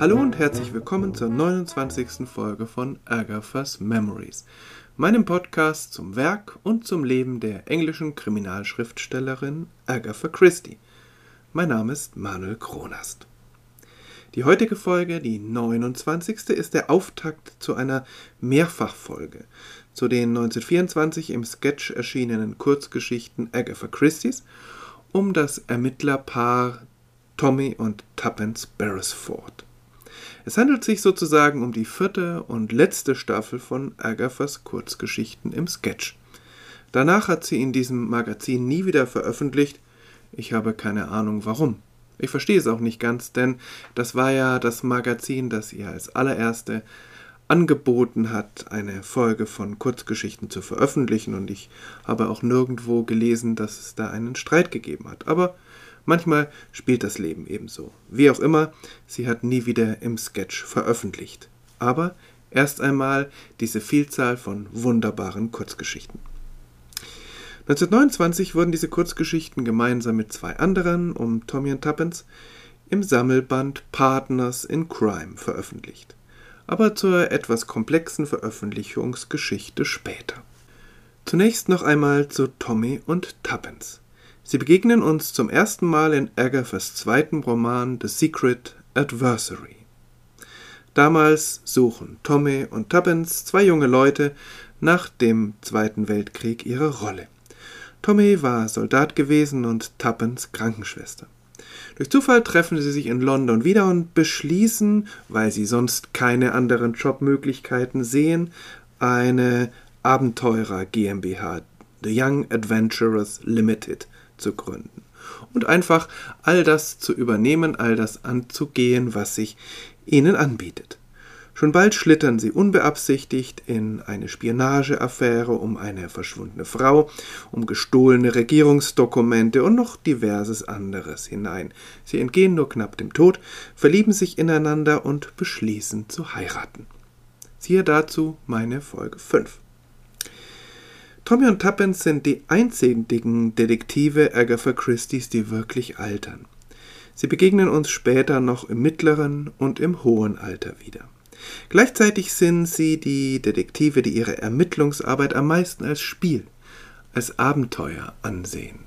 Hallo und herzlich willkommen zur 29. Folge von Agatha's Memories, meinem Podcast zum Werk und zum Leben der englischen Kriminalschriftstellerin Agatha Christie. Mein Name ist Manuel Kronast. Die heutige Folge, die 29. ist der Auftakt zu einer Mehrfachfolge zu den 1924 im Sketch erschienenen Kurzgeschichten Agatha Christies um das Ermittlerpaar Tommy und Tuppence Beresford. Es handelt sich sozusagen um die 4. und letzte Staffel von Agathas Kurzgeschichten im Sketch. Danach hat sie in diesem Magazin nie wieder veröffentlicht. Ich habe keine Ahnung warum. Ich verstehe es auch nicht ganz, denn das war ja das Magazin, das ihr als allererste angeboten hat, eine Folge von Kurzgeschichten zu veröffentlichen, und ich habe auch nirgendwo gelesen, dass es da einen Streit gegeben hat. Aber manchmal spielt das Leben ebenso. Wie auch immer, sie hat nie wieder im Sketch veröffentlicht. Aber erst einmal diese Vielzahl von wunderbaren Kurzgeschichten. 1929 wurden diese Kurzgeschichten gemeinsam mit 2 anderen um Tommy und Tuppence im Sammelband Partners in Crime veröffentlicht. Aber zur etwas komplexen Veröffentlichungsgeschichte später. Zunächst noch einmal zu Tommy und Tuppence. Sie begegnen uns zum ersten Mal in Agathas zweiten Roman The Secret Adversary. Damals suchen Tommy und Tuppence, 2 junge Leute, nach dem Zweiten Weltkrieg ihre Rolle. Tommy war Soldat gewesen und Tuppence Krankenschwester. Durch Zufall treffen sie sich in London wieder und beschließen, weil sie sonst keine anderen Jobmöglichkeiten sehen, eine Abenteurer GmbH, The Young Adventurers Limited, zu gründen und einfach all das zu übernehmen, all das anzugehen, was sich ihnen anbietet. Schon bald schlittern sie unbeabsichtigt in eine Spionageaffäre um eine verschwundene Frau, um gestohlene Regierungsdokumente und noch diverses anderes hinein. Sie entgehen nur knapp dem Tod, verlieben sich ineinander und beschließen zu heiraten. Siehe dazu meine Folge 5. Tommy und Tuppence sind die einzigen Detektive Agatha Christies, die wirklich altern. Sie begegnen uns später noch im mittleren und im hohen Alter wieder. Gleichzeitig sind sie die Detektive, die ihre Ermittlungsarbeit am meisten als Spiel, als Abenteuer ansehen.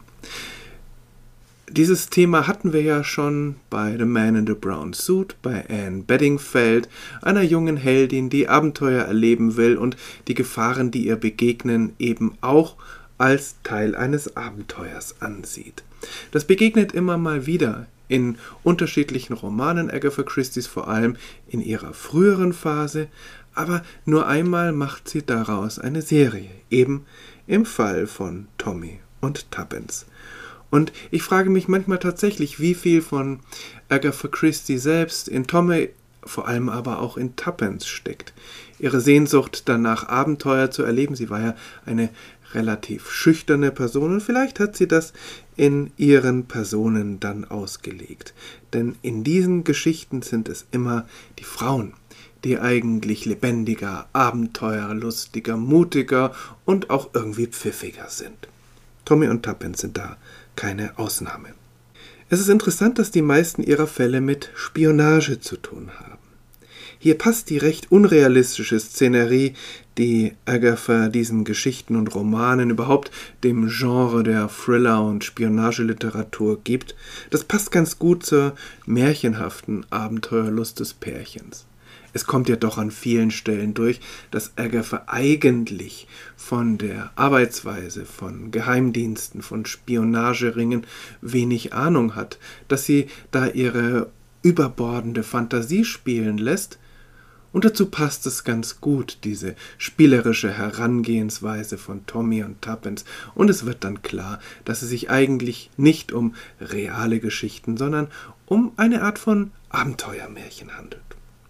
Dieses Thema hatten wir ja schon bei The Man in the Brown Suit, bei Anne Bedingfeld, einer jungen Heldin, die Abenteuer erleben will und die Gefahren, die ihr begegnen, eben auch als Teil eines Abenteuers ansieht. Das begegnet immer mal wieder in unterschiedlichen Romanen Agatha Christies, vor allem in ihrer früheren Phase, aber nur einmal macht sie daraus eine Serie, eben im Fall von Tommy und Tuppence. Und ich frage mich manchmal tatsächlich, wie viel von Agatha Christie selbst in Tommy, vor allem aber auch in Tuppence steckt. Ihre Sehnsucht danach, Abenteuer zu erleben. Sie war ja eine relativ schüchterne Person und vielleicht hat sie das in ihren Personen dann ausgelegt. Denn in diesen Geschichten sind es immer die Frauen, die eigentlich lebendiger, abenteuerlustiger, mutiger und auch irgendwie pfiffiger sind. Tommy und Tuppence sind da keine Ausnahme. Es ist interessant, dass die meisten ihrer Fälle mit Spionage zu tun haben. Hier passt die recht unrealistische Szenerie, die Agatha diesen Geschichten und Romanen, überhaupt dem Genre der Thriller- und Spionageliteratur gibt. Das passt ganz gut zur märchenhaften Abenteuerlust des Pärchens. Es kommt ja doch an vielen Stellen durch, dass Agatha eigentlich von der Arbeitsweise, von Geheimdiensten, von Spionageringen wenig Ahnung hat, dass sie da ihre überbordende Fantasie spielen lässt. Und dazu passt es ganz gut, diese spielerische Herangehensweise von Tommy und Tuppence. Und es wird dann klar, dass es sich eigentlich nicht um reale Geschichten, sondern um eine Art von Abenteuermärchen handelt.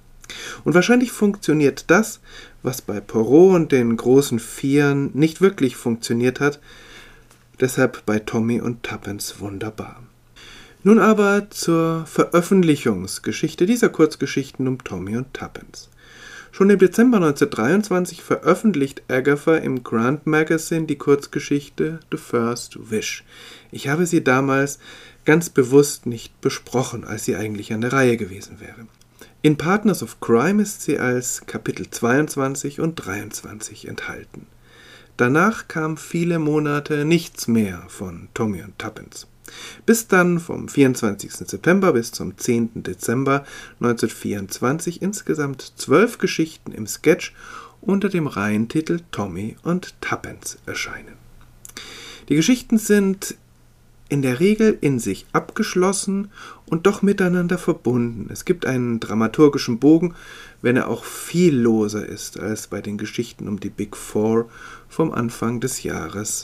Und wahrscheinlich funktioniert das, was bei Poirot und den großen Vieren nicht wirklich funktioniert hat, deshalb bei Tommy und Tuppence wunderbar. Nun aber zur Veröffentlichungsgeschichte dieser Kurzgeschichten um Tommy und Tuppence. Schon im Dezember 1923 veröffentlicht Agatha im Grant Magazine die Kurzgeschichte The First Wish. Ich habe sie damals ganz bewusst nicht besprochen, als sie eigentlich an der Reihe gewesen wäre. In Partners of Crime ist sie als Kapitel 22 und 23 enthalten. Danach kam viele Monate nichts mehr von Tommy und Tuppence. Bis dann vom 24. September bis zum 10. Dezember 1924 insgesamt 12 Geschichten im Sketch unter dem Reihentitel Tommy und Tuppence erscheinen. Die Geschichten sind in der Regel in sich abgeschlossen und doch miteinander verbunden. Es gibt einen dramaturgischen Bogen, wenn er auch viel loser ist als bei den Geschichten um die Big Four vom Anfang des Jahres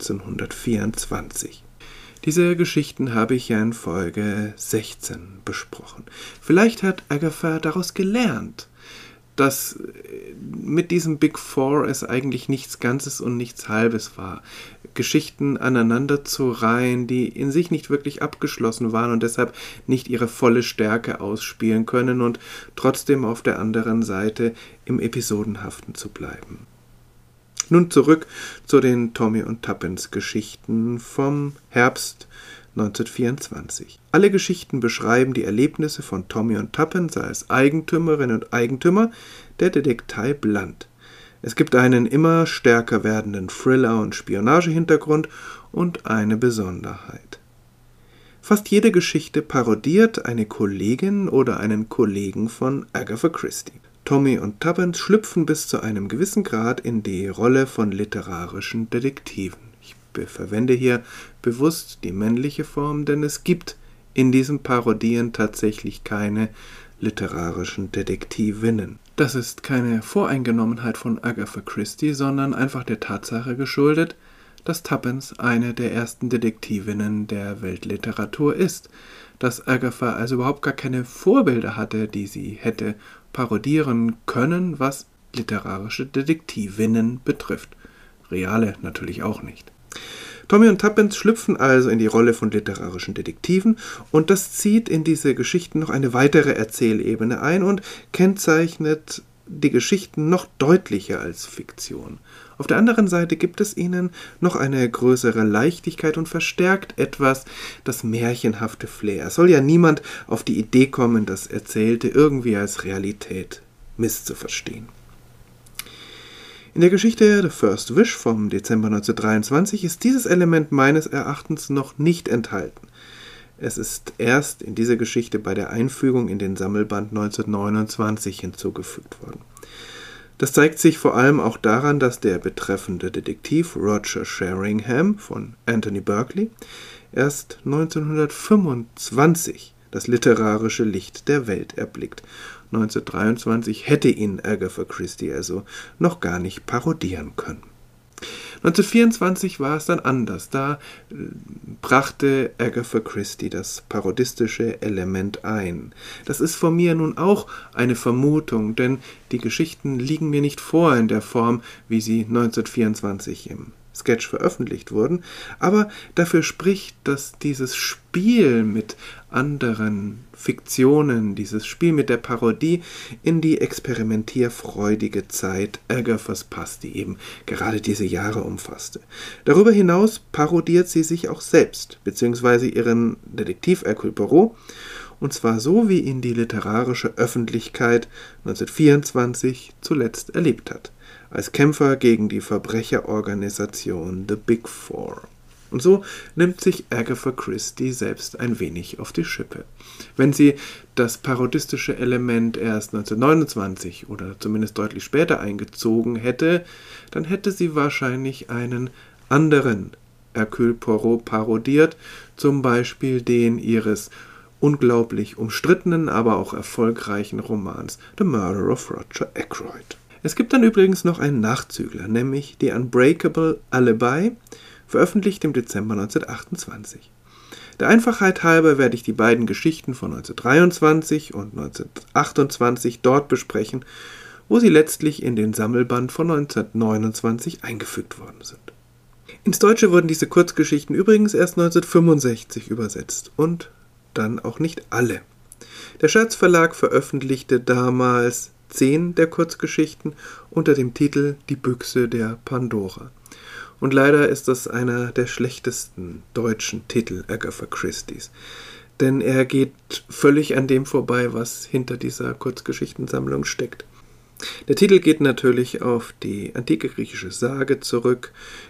1924. Diese Geschichten habe ich ja in Folge 16 besprochen. Vielleicht hat Agatha daraus gelernt, dass mit diesem Big Four es eigentlich nichts Ganzes und nichts Halbes war. Geschichten aneinander zu reihen, die in sich nicht wirklich abgeschlossen waren und deshalb nicht ihre volle Stärke ausspielen können und trotzdem auf der anderen Seite im Episodenhaften zu bleiben. Nun zurück zu den Tommy und Tuppence Geschichten vom Herbst 1924. Alle Geschichten beschreiben die Erlebnisse von Tommy und Tuppence als Eigentümerinnen und Eigentümer der Detektei Blunt. Es gibt einen immer stärker werdenden Thriller- und Spionagehintergrund und eine Besonderheit. Fast jede Geschichte parodiert eine Kollegin oder einen Kollegen von Agatha Christie. Tommy und Tuppence schlüpfen bis zu einem gewissen Grad in die Rolle von literarischen Detektiven. Ich verwende hier bewusst die männliche Form, denn es gibt in diesen Parodien tatsächlich keine literarischen Detektivinnen. Das ist keine Voreingenommenheit von Agatha Christie, sondern einfach der Tatsache geschuldet, dass Tuppence eine der ersten Detektivinnen der Weltliteratur ist, dass Agatha also überhaupt gar keine Vorbilder hatte, die sie hätte parodieren können, was literarische Detektivinnen betrifft. Reale natürlich auch nicht. Tommy und Tuppence schlüpfen also in die Rolle von literarischen Detektiven und das zieht in diese Geschichten noch eine weitere Erzählebene ein und kennzeichnet die Geschichten noch deutlicher als Fiktion. Auf der anderen Seite gibt es ihnen noch eine größere Leichtigkeit und verstärkt etwas das märchenhafte Flair. Es soll ja niemand auf die Idee kommen, das Erzählte irgendwie als Realität misszuverstehen. In der Geschichte The First Wish vom Dezember 1923 ist dieses Element meines Erachtens noch nicht enthalten. Es ist erst in dieser Geschichte bei der Einfügung in den Sammelband 1929 hinzugefügt worden. Das zeigt sich vor allem auch daran, dass der betreffende Detektiv Roger Sheringham von Anthony Berkeley erst 1925 das literarische Licht der Welt erblickt. 1923 hätte ihn Agatha Christie also noch gar nicht parodieren können. 1924 war es dann anders. Da brachte Agatha Christie das parodistische Element ein. Das ist von mir nun auch eine Vermutung, denn die Geschichten liegen mir nicht vor in der Form, wie sie 1924 im Sketch veröffentlicht wurden, aber dafür spricht, dass dieses Spiel mit anderen Fiktionen, dieses Spiel mit der Parodie in die experimentierfreudige Zeit Agathas passt, die eben gerade diese Jahre umfasste. Darüber hinaus parodiert sie sich auch selbst, beziehungsweise ihren Detektiv Hercule Poirot, und zwar so, wie ihn die literarische Öffentlichkeit 1924 zuletzt erlebt hat, als Kämpfer gegen die Verbrecherorganisation The Big Four. Und so nimmt sich Agatha Christie selbst ein wenig auf die Schippe. Wenn sie das parodistische Element erst 1929 oder zumindest deutlich später eingezogen hätte, dann hätte sie wahrscheinlich einen anderen Hercule Poirot parodiert, zum Beispiel den ihres unglaublich umstrittenen, aber auch erfolgreichen Romans The Murder of Roger Ackroyd. Es gibt dann übrigens noch einen Nachzügler, nämlich The Unbreakable Alibi, veröffentlicht im Dezember 1928. Der Einfachheit halber werde ich die beiden Geschichten von 1923 und 1928 dort besprechen, wo sie letztlich in den Sammelband von 1929 eingefügt worden sind. Ins Deutsche wurden diese Kurzgeschichten übrigens erst 1965 übersetzt und dann auch nicht alle. Der Scherz Verlag veröffentlichte damals 10 der Kurzgeschichten unter dem Titel Die Büchse der Pandora. Und leider ist das einer der schlechtesten deutschen Titel Agatha Christies. denn er geht völlig an dem vorbei, was hinter dieser Kurzgeschichtensammlung steckt. Der Titel geht natürlich auf die antike griechische Sage zurück,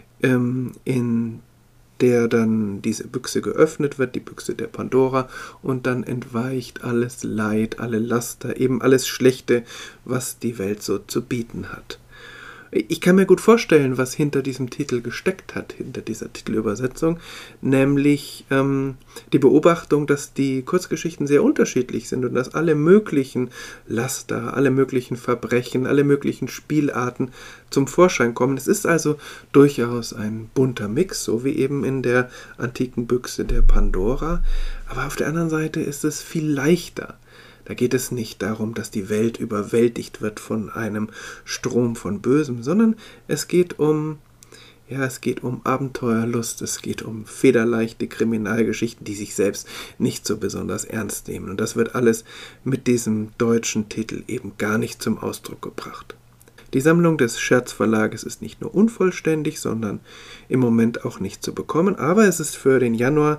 in der dann diese Büchse geöffnet wird, die Büchse der Pandora, und dann entweicht alles Leid, alle Laster, eben alles Schlechte, was die Welt so zu bieten hat. Ich kann mir gut vorstellen, was hinter diesem Titel gesteckt hat, hinter dieser Titelübersetzung, nämlich die Beobachtung, dass die Kurzgeschichten sehr unterschiedlich sind und dass alle möglichen Laster, alle möglichen Verbrechen, alle möglichen Spielarten zum Vorschein kommen. Es ist also durchaus ein bunter Mix, so wie eben in der antiken Büchse der Pandora, aber auf der anderen Seite ist es viel leichter. Da geht es nicht darum, dass die Welt überwältigt wird von einem Strom von Bösem, sondern es geht um Abenteuerlust, es geht um federleichte Kriminalgeschichten, die sich selbst nicht so besonders ernst nehmen. Und das wird alles mit diesem deutschen Titel eben gar nicht zum Ausdruck gebracht. Die Sammlung des Scherzverlages ist nicht nur unvollständig, sondern im Moment auch nicht zu bekommen, aber es ist für den Januar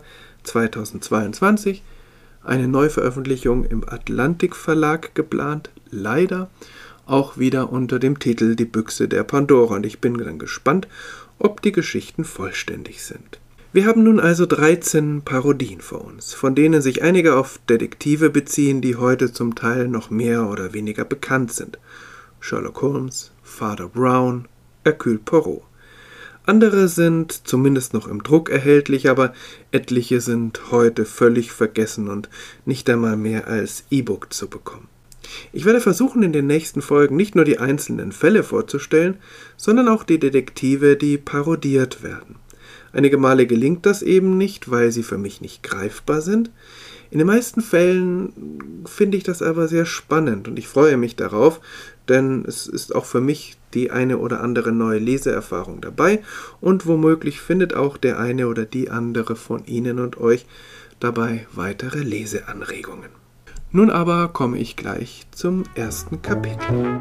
2022 eine Neuveröffentlichung im Atlantik Verlag geplant, leider auch wieder unter dem Titel Die Büchse der Pandora, und ich bin dann gespannt, ob die Geschichten vollständig sind. Wir haben nun also 13 Parodien vor uns, von denen sich einige auf Detektive beziehen, die heute zum Teil noch mehr oder weniger bekannt sind. Sherlock Holmes, Father Brown, Hercule Poirot. Andere sind zumindest noch im Druck erhältlich, aber etliche sind heute völlig vergessen und nicht einmal mehr als E-Book zu bekommen. Ich werde versuchen, in den nächsten Folgen nicht nur die einzelnen Fälle vorzustellen, sondern auch die Detektive, die parodiert werden. Einige Male gelingt das eben nicht, weil sie für mich nicht greifbar sind. In den meisten Fällen finde ich das aber sehr spannend und ich freue mich darauf, denn es ist auch für mich die eine oder andere neue Leseerfahrung dabei und womöglich findet auch der eine oder die andere von Ihnen und euch dabei weitere Leseanregungen. Nun aber komme ich gleich zum ersten Kapitel.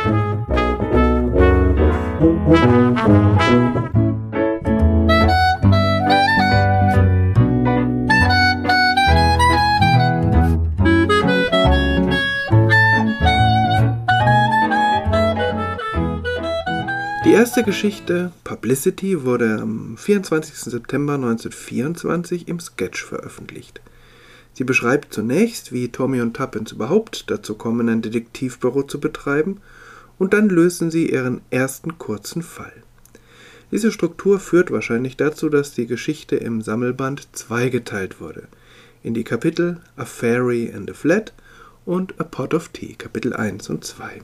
Die erste Geschichte, Publicity, wurde am 24. September 1924 im Sketch veröffentlicht. Sie beschreibt zunächst, wie Tommy und Tuppence überhaupt dazu kommen, ein Detektivbüro zu betreiben, und dann lösen sie ihren ersten kurzen Fall. Diese Struktur führt wahrscheinlich dazu, dass die Geschichte im Sammelband zweigeteilt wurde, in die Kapitel A Fairy and a Flat und A Pot of Tea, Kapitel 1 und 2.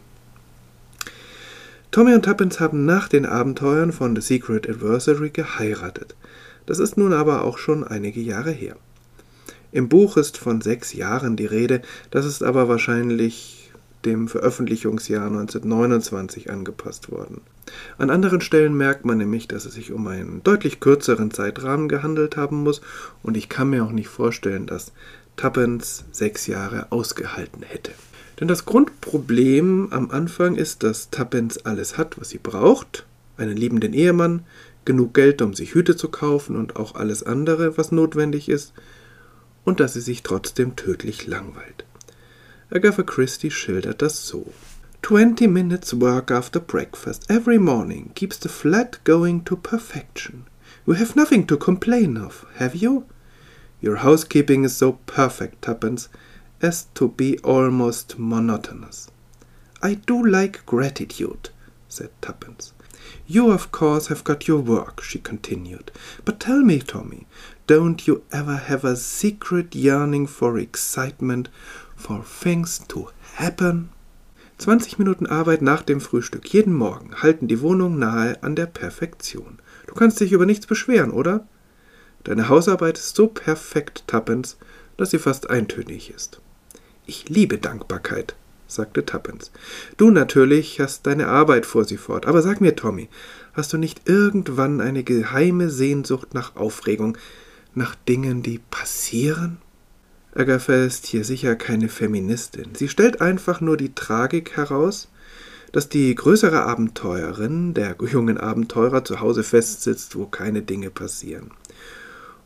Tommy und Tuppence haben nach den Abenteuern von The Secret Adversary geheiratet. Das ist nun aber auch schon einige Jahre her. Im Buch ist von 6 Jahren die Rede, das ist aber wahrscheinlich dem Veröffentlichungsjahr 1929 angepasst worden. An anderen Stellen merkt man nämlich, dass es sich um einen deutlich kürzeren Zeitrahmen gehandelt haben muss, und ich kann mir auch nicht vorstellen, dass Tuppence 6 Jahre ausgehalten hätte. Denn das Grundproblem am Anfang ist, dass Tuppence alles hat, was sie braucht, einen liebenden Ehemann, genug Geld, um sich Hüte zu kaufen und auch alles andere, was notwendig ist, und dass sie sich trotzdem tödlich langweilt. Agatha Christie schildert das so: 20 minutes work after breakfast every morning keeps the flat going to perfection. You have nothing to complain of, have you? Your housekeeping is so perfect, Tuppence, as to be almost monotonous. I do like gratitude, said Tuppence. You, of course, have got your work, she continued. But tell me, Tommy, don't you ever have a secret yearning for excitement, for things to happen? 20 Minuten Arbeit nach dem Frühstück jeden Morgen halten die Wohnung nahe an der Perfektion. Du kannst dich über nichts beschweren, oder? Deine Hausarbeit ist so perfekt, Tuppence, dass sie fast eintönig ist. Ich liebe Dankbarkeit, sagte Tuppence. Du natürlich hast deine Arbeit, fuhr sie fort. Aber sag mir, Tommy, hast du nicht irgendwann eine geheime Sehnsucht nach Aufregung, nach Dingen, die passieren? Agatha ist hier sicher keine Feministin. Sie stellt einfach nur die Tragik heraus, dass die größere Abenteurerin, der jungen Abenteurer, zu Hause festsitzt, wo keine Dinge passieren.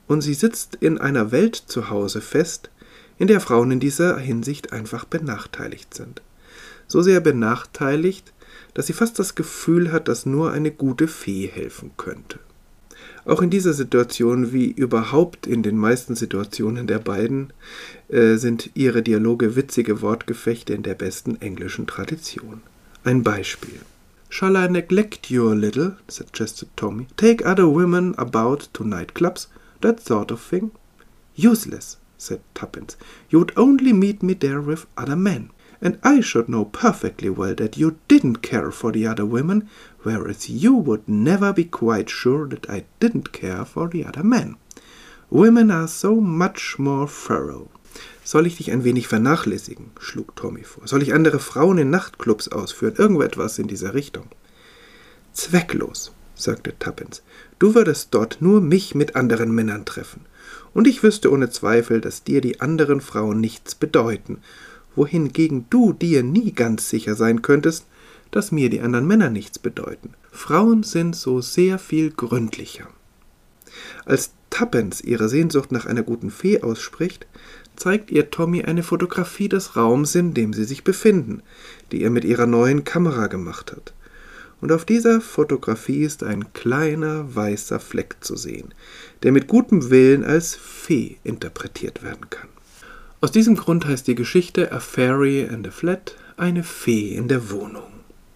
und sie sitzt in einer Welt zu Hause fest, in der Frauen in dieser Hinsicht einfach benachteiligt sind. So sehr benachteiligt, dass sie fast das Gefühl hat, dass nur eine gute Fee helfen könnte. Auch in dieser Situation, wie überhaupt in den meisten Situationen der beiden, sind ihre Dialoge witzige Wortgefechte in der besten englischen Tradition. Ein Beispiel. "Shall I neglect you a little?" suggested Tommy. "Take other women about to nightclubs, that sort of thing?" "Useless," said Tuppence. "You'd only meet me there with other men. And I should know perfectly well that you didn't care for the other women, whereas you would never be quite sure that I didn't care for the other men. Women are so much more thorough." "Soll ich dich ein wenig vernachlässigen?" schlug Tommy vor. "Soll ich andere Frauen in Nachtclubs ausführen? Irgendetwas in dieser Richtung?" "Zwecklos", sagte Tuppence. "Du würdest dort nur mich mit anderen Männern treffen. Und ich wüsste ohne Zweifel, dass dir die anderen Frauen nichts bedeuten, wohingegen du dir nie ganz sicher sein könntest, dass mir die anderen Männer nichts bedeuten. Frauen sind so sehr viel gründlicher." Als Tuppence ihre Sehnsucht nach einer guten Fee ausspricht, zeigt ihr Tommy eine Fotografie des Raums, in dem sie sich befinden, die er mit ihrer neuen Kamera gemacht hat. Und auf dieser Fotografie ist ein kleiner weißer Fleck zu sehen, der mit gutem Willen als Fee interpretiert werden kann. Aus diesem Grund heißt die Geschichte A Fairy in the Flat, eine Fee in der Wohnung.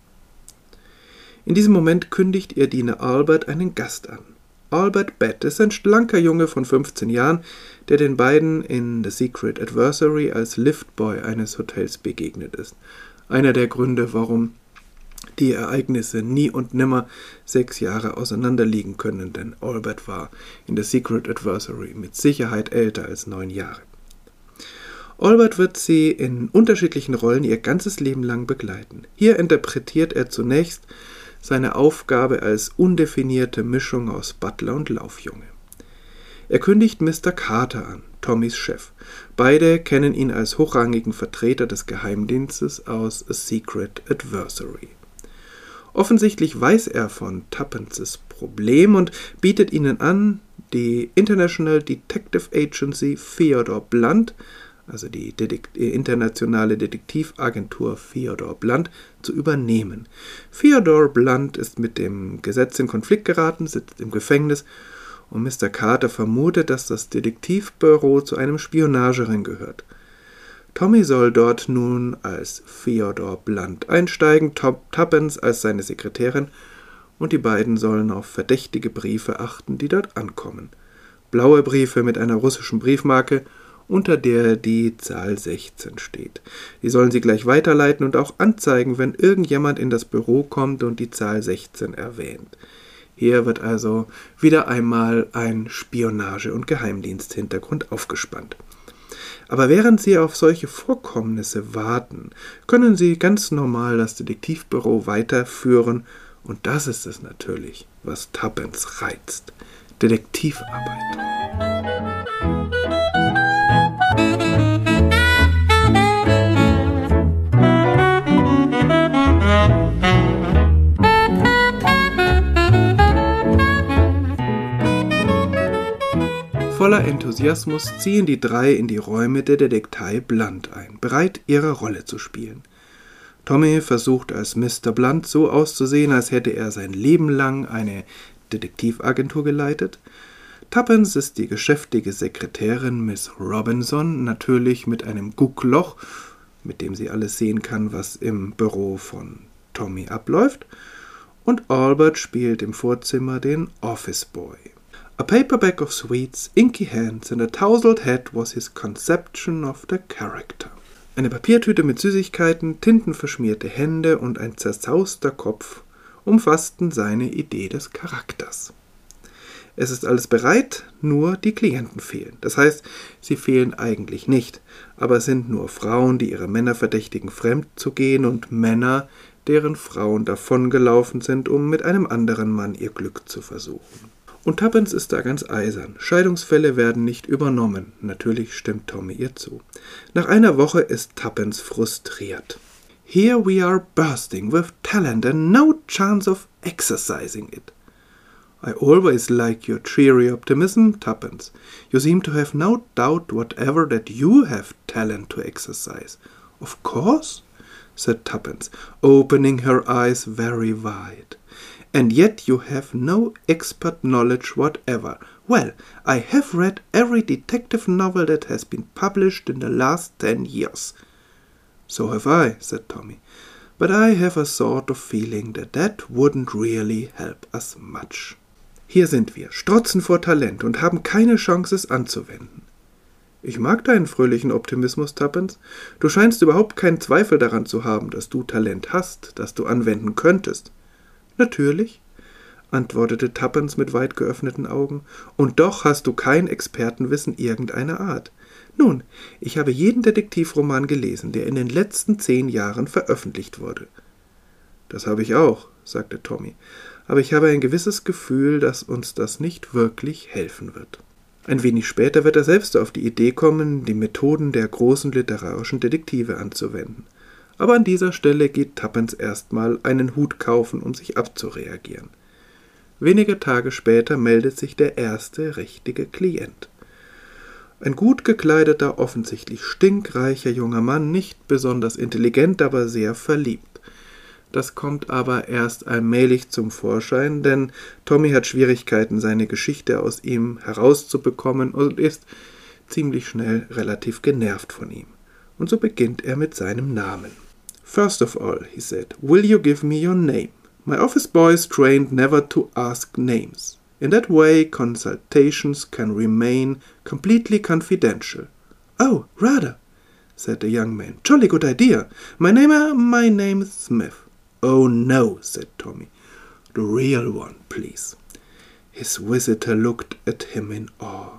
In diesem Moment kündigt ihr Diener Albert einen Gast an. Albert Bett ist ein schlanker Junge von 15 Jahren, der den beiden in The Secret Adversary als Liftboy eines Hotels begegnet ist. Einer der Gründe, warum die Ereignisse nie und nimmer 6 Jahre auseinander liegen können, denn Albert war in The Secret Adversary mit Sicherheit älter als 9 Jahre. Albert wird sie in unterschiedlichen Rollen ihr ganzes Leben lang begleiten. Hier interpretiert er zunächst seine Aufgabe als undefinierte Mischung aus Butler und Laufjunge. Er kündigt Mr. Carter an, Tommys Chef. Beide kennen ihn als hochrangigen Vertreter des Geheimdienstes aus A Secret Adversary. Offensichtlich weiß er von Tuppences Problem und bietet ihnen an, die International Detective Agency Theodore Blunt, also die internationale Detektivagentur Theodore Blunt, zu übernehmen. Theodore Blunt ist mit dem Gesetz in Konflikt geraten, sitzt im Gefängnis und Mr. Carter vermutet, dass das Detektivbüro zu einem Spionagering gehört. Tommy soll dort nun als Theodore Blunt einsteigen, Tuppence als seine Sekretärin, und die beiden sollen auf verdächtige Briefe achten, die dort ankommen. Blaue Briefe mit einer russischen Briefmarke, unter der die Zahl 16 steht. Die sollen sie gleich weiterleiten und auch anzeigen, wenn irgendjemand in das Büro kommt und die Zahl 16 erwähnt. Hier wird also wieder einmal ein Spionage- und Geheimdiensthintergrund aufgespannt. Aber während Sie auf solche Vorkommnisse warten, können Sie ganz normal das Detektivbüro weiterführen, und das ist es natürlich, was Tuppence reizt. Detektivarbeit. Voller Enthusiasmus ziehen die drei in die Räume der Detektei Blunt ein, bereit, ihre Rolle zu spielen. Tommy versucht als Mr. Blunt so auszusehen, als hätte er sein Leben lang eine Detektivagentur geleitet. Tuppence ist die geschäftige Sekretärin Miss Robinson, natürlich mit einem Guckloch, mit dem sie alles sehen kann, was im Büro von Tommy abläuft. Und Albert spielt im Vorzimmer den Office Boy. A paperback of sweets, inky hands and a tousled head was his conception of the character. Eine Papiertüte mit Süßigkeiten, tintenverschmierte Hände und ein zerzauster Kopf umfassten seine Idee des Charakters. Es ist alles bereit, nur die Klienten fehlen. Das heißt, sie fehlen eigentlich nicht, aber es sind nur Frauen, die ihre Männer verdächtigen, fremd zu gehen, und Männer, deren Frauen davongelaufen sind, um mit einem anderen Mann ihr Glück zu versuchen. Und Tuppence ist da ganz eisern. Scheidungsfälle werden nicht übernommen. Natürlich stimmt Tommy ihr zu. Nach einer Woche ist Tuppence frustriert. Here we are bursting with talent and no chance of exercising it. I always like your cheery optimism, Tuppence. You seem to have no doubt whatever that you have talent to exercise. Of course, said Tuppence, opening her eyes very wide. And yet you have no expert knowledge whatever. Well, I have read every detective novel that has been published in the last 10 years. So have I, said Tommy, but I have a sort of feeling that wouldn't really help us much. Hier sind wir, strotzen vor Talent und haben keine Chance, es anzuwenden. Ich mag deinen fröhlichen Optimismus, Tuppence. Du scheinst überhaupt keinen Zweifel daran zu haben, dass du Talent hast, das du anwenden könntest. Natürlich, antwortete Tuppence mit weit geöffneten Augen, und doch hast du kein Expertenwissen irgendeiner Art. Nun, ich habe jeden Detektivroman gelesen, der in den letzten 10 Jahren veröffentlicht wurde. Das habe ich auch, sagte Tommy, aber ich habe ein gewisses Gefühl, dass uns das nicht wirklich helfen wird. Ein wenig später wird er selbst auf die Idee kommen, die Methoden der großen literarischen Detektive anzuwenden. Aber an dieser Stelle geht Tuppence erstmal einen Hut kaufen, um sich abzureagieren. Wenige Tage später meldet sich der erste richtige Klient. Ein gut gekleideter, offensichtlich stinkreicher junger Mann, nicht besonders intelligent, aber sehr verliebt. Das kommt aber erst allmählich zum Vorschein, denn Tommy hat Schwierigkeiten, seine Geschichte aus ihm herauszubekommen und ist ziemlich schnell relativ genervt von ihm. Und so beginnt er mit seinem Namen. First of all, he said, will you give me your name? My office boy is trained never to ask names. In that way, consultations can remain completely confidential. Oh, rather, said the young man. Jolly good idea. My name is Smith. Oh, no, said Tommy. The real one, please. His visitor looked at him in awe.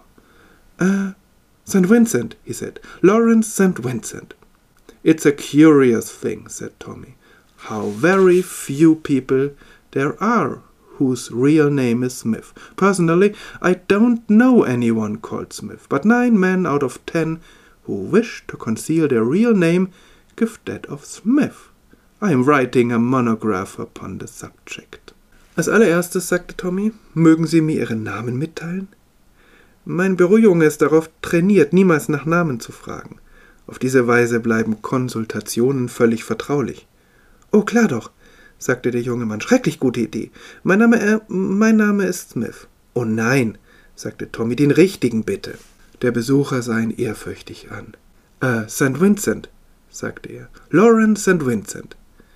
St. Vincent, he said. Lawrence St. Vincent. It's a curious thing, said Tommy, how very few people there are whose real name is Smith. Personally, I don't know anyone called Smith, but 9 men out of 10 who wish to conceal their real name give that of Smith. I am writing a monograph upon the subject. Als allererstes, sagte Tommy, mögen Sie mir Ihren Namen mitteilen? Mein Bürojunge ist darauf trainiert, niemals nach Namen zu fragen. Auf diese Weise bleiben Konsultationen völlig vertraulich. Oh, klar doch, sagte der junge Mann. Schrecklich gute Idee. Mein Name ist Smith. Oh nein, sagte Tommy, den richtigen bitte. Der Besucher sah ihn ehrfürchtig an. St. Vincent, sagte er. Lawrence St. Vincent.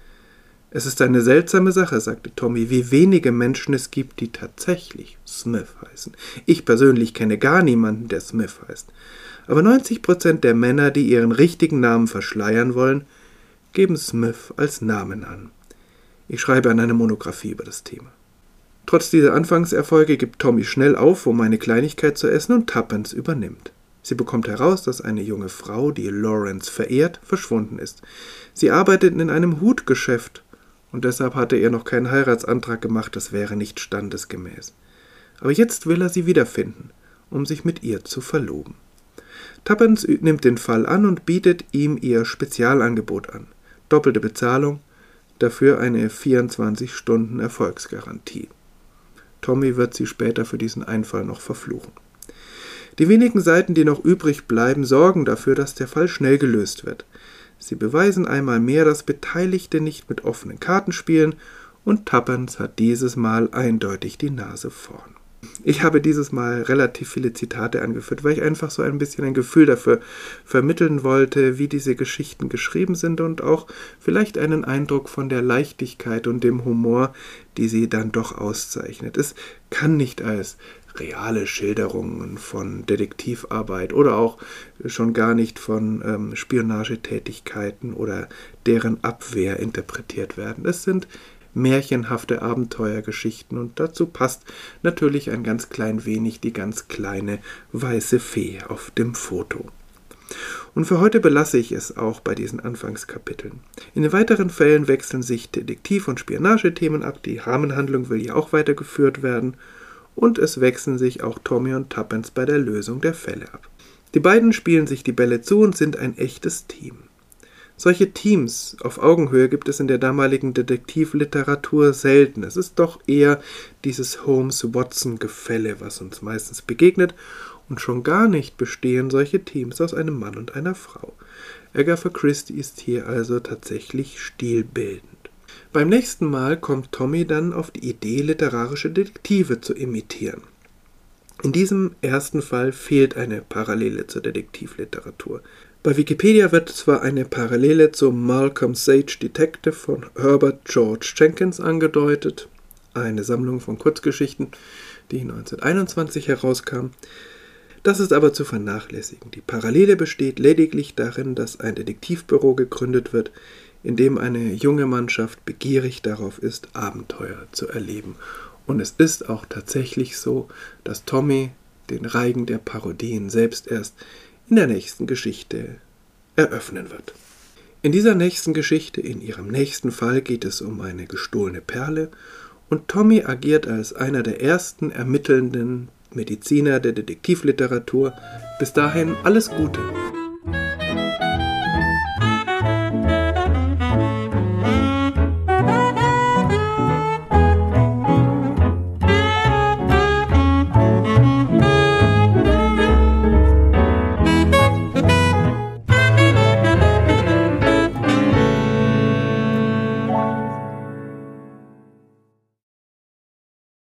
Es ist eine seltsame Sache, sagte Tommy, wie wenige Menschen es gibt, die tatsächlich Smith heißen. Ich persönlich kenne gar niemanden, der Smith heißt. Aber 90% der Männer, die ihren richtigen Namen verschleiern wollen, geben Smith als Namen an. Ich schreibe an einer Monographie über das Thema. Trotz dieser Anfangserfolge gibt Tommy schnell auf, um eine Kleinigkeit zu essen, und Tuppence übernimmt. Sie bekommt heraus, dass eine junge Frau, die Lawrence verehrt, verschwunden ist. Sie arbeitet in einem Hutgeschäft und deshalb hatte er noch keinen Heiratsantrag gemacht, das wäre nicht standesgemäß. Aber jetzt will er sie wiederfinden, um sich mit ihr zu verloben. Tuppence nimmt den Fall an und bietet ihm ihr Spezialangebot an. Doppelte Bezahlung, dafür eine 24-Stunden-Erfolgsgarantie. Tommy wird sie später für diesen Einfall noch verfluchen. Die wenigen Seiten, die noch übrig bleiben, sorgen dafür, dass der Fall schnell gelöst wird. Sie beweisen einmal mehr, dass Beteiligte nicht mit offenen Karten spielen, und Tuppence hat dieses Mal eindeutig die Nase vorn. Ich habe dieses Mal relativ viele Zitate angeführt, weil ich einfach so ein bisschen ein Gefühl dafür vermitteln wollte, wie diese Geschichten geschrieben sind und auch vielleicht einen Eindruck von der Leichtigkeit und dem Humor, die sie dann doch auszeichnet. Es kann nicht als reale Schilderungen von Detektivarbeit oder auch schon gar nicht von Spionagetätigkeiten oder deren Abwehr interpretiert werden. Es sind märchenhafte Abenteuergeschichten und dazu passt natürlich ein ganz klein wenig die ganz kleine weiße Fee auf dem Foto. Und für heute belasse ich es auch bei diesen Anfangskapiteln. In den weiteren Fällen wechseln sich Detektiv- und Spionagethemen ab, die Rahmenhandlung will ja auch weitergeführt werden und es wechseln sich auch Tommy und Tuppence bei der Lösung der Fälle ab. Die beiden spielen sich die Bälle zu und sind ein echtes Team. Solche Teams auf Augenhöhe gibt es in der damaligen Detektivliteratur selten. Es ist doch eher dieses Holmes-Watson-Gefälle, was uns meistens begegnet, und schon gar nicht bestehen solche Teams aus einem Mann und einer Frau. Agatha Christie ist hier also tatsächlich stilbildend. Beim nächsten Mal kommt Tommy dann auf die Idee, literarische Detektive zu imitieren. In diesem ersten Fall fehlt eine Parallele zur Detektivliteratur. Bei Wikipedia wird zwar eine Parallele zum Malcolm Sage Detective von Herbert George Jenkins angedeutet, eine Sammlung von Kurzgeschichten, die 1921 herauskam. Das ist aber zu vernachlässigen. Die Parallele besteht lediglich darin, dass ein Detektivbüro gegründet wird, in dem eine junge Mannschaft begierig darauf ist, Abenteuer zu erleben. Und es ist auch tatsächlich so, dass Tommy den Reigen der Parodien selbst erst in der nächsten Geschichte eröffnen wird. In dieser nächsten Geschichte, in ihrem nächsten Fall, geht es um eine gestohlene Perle und Tommy agiert als einer der ersten ermittelnden Mediziner der Detektivliteratur. Bis dahin alles Gute.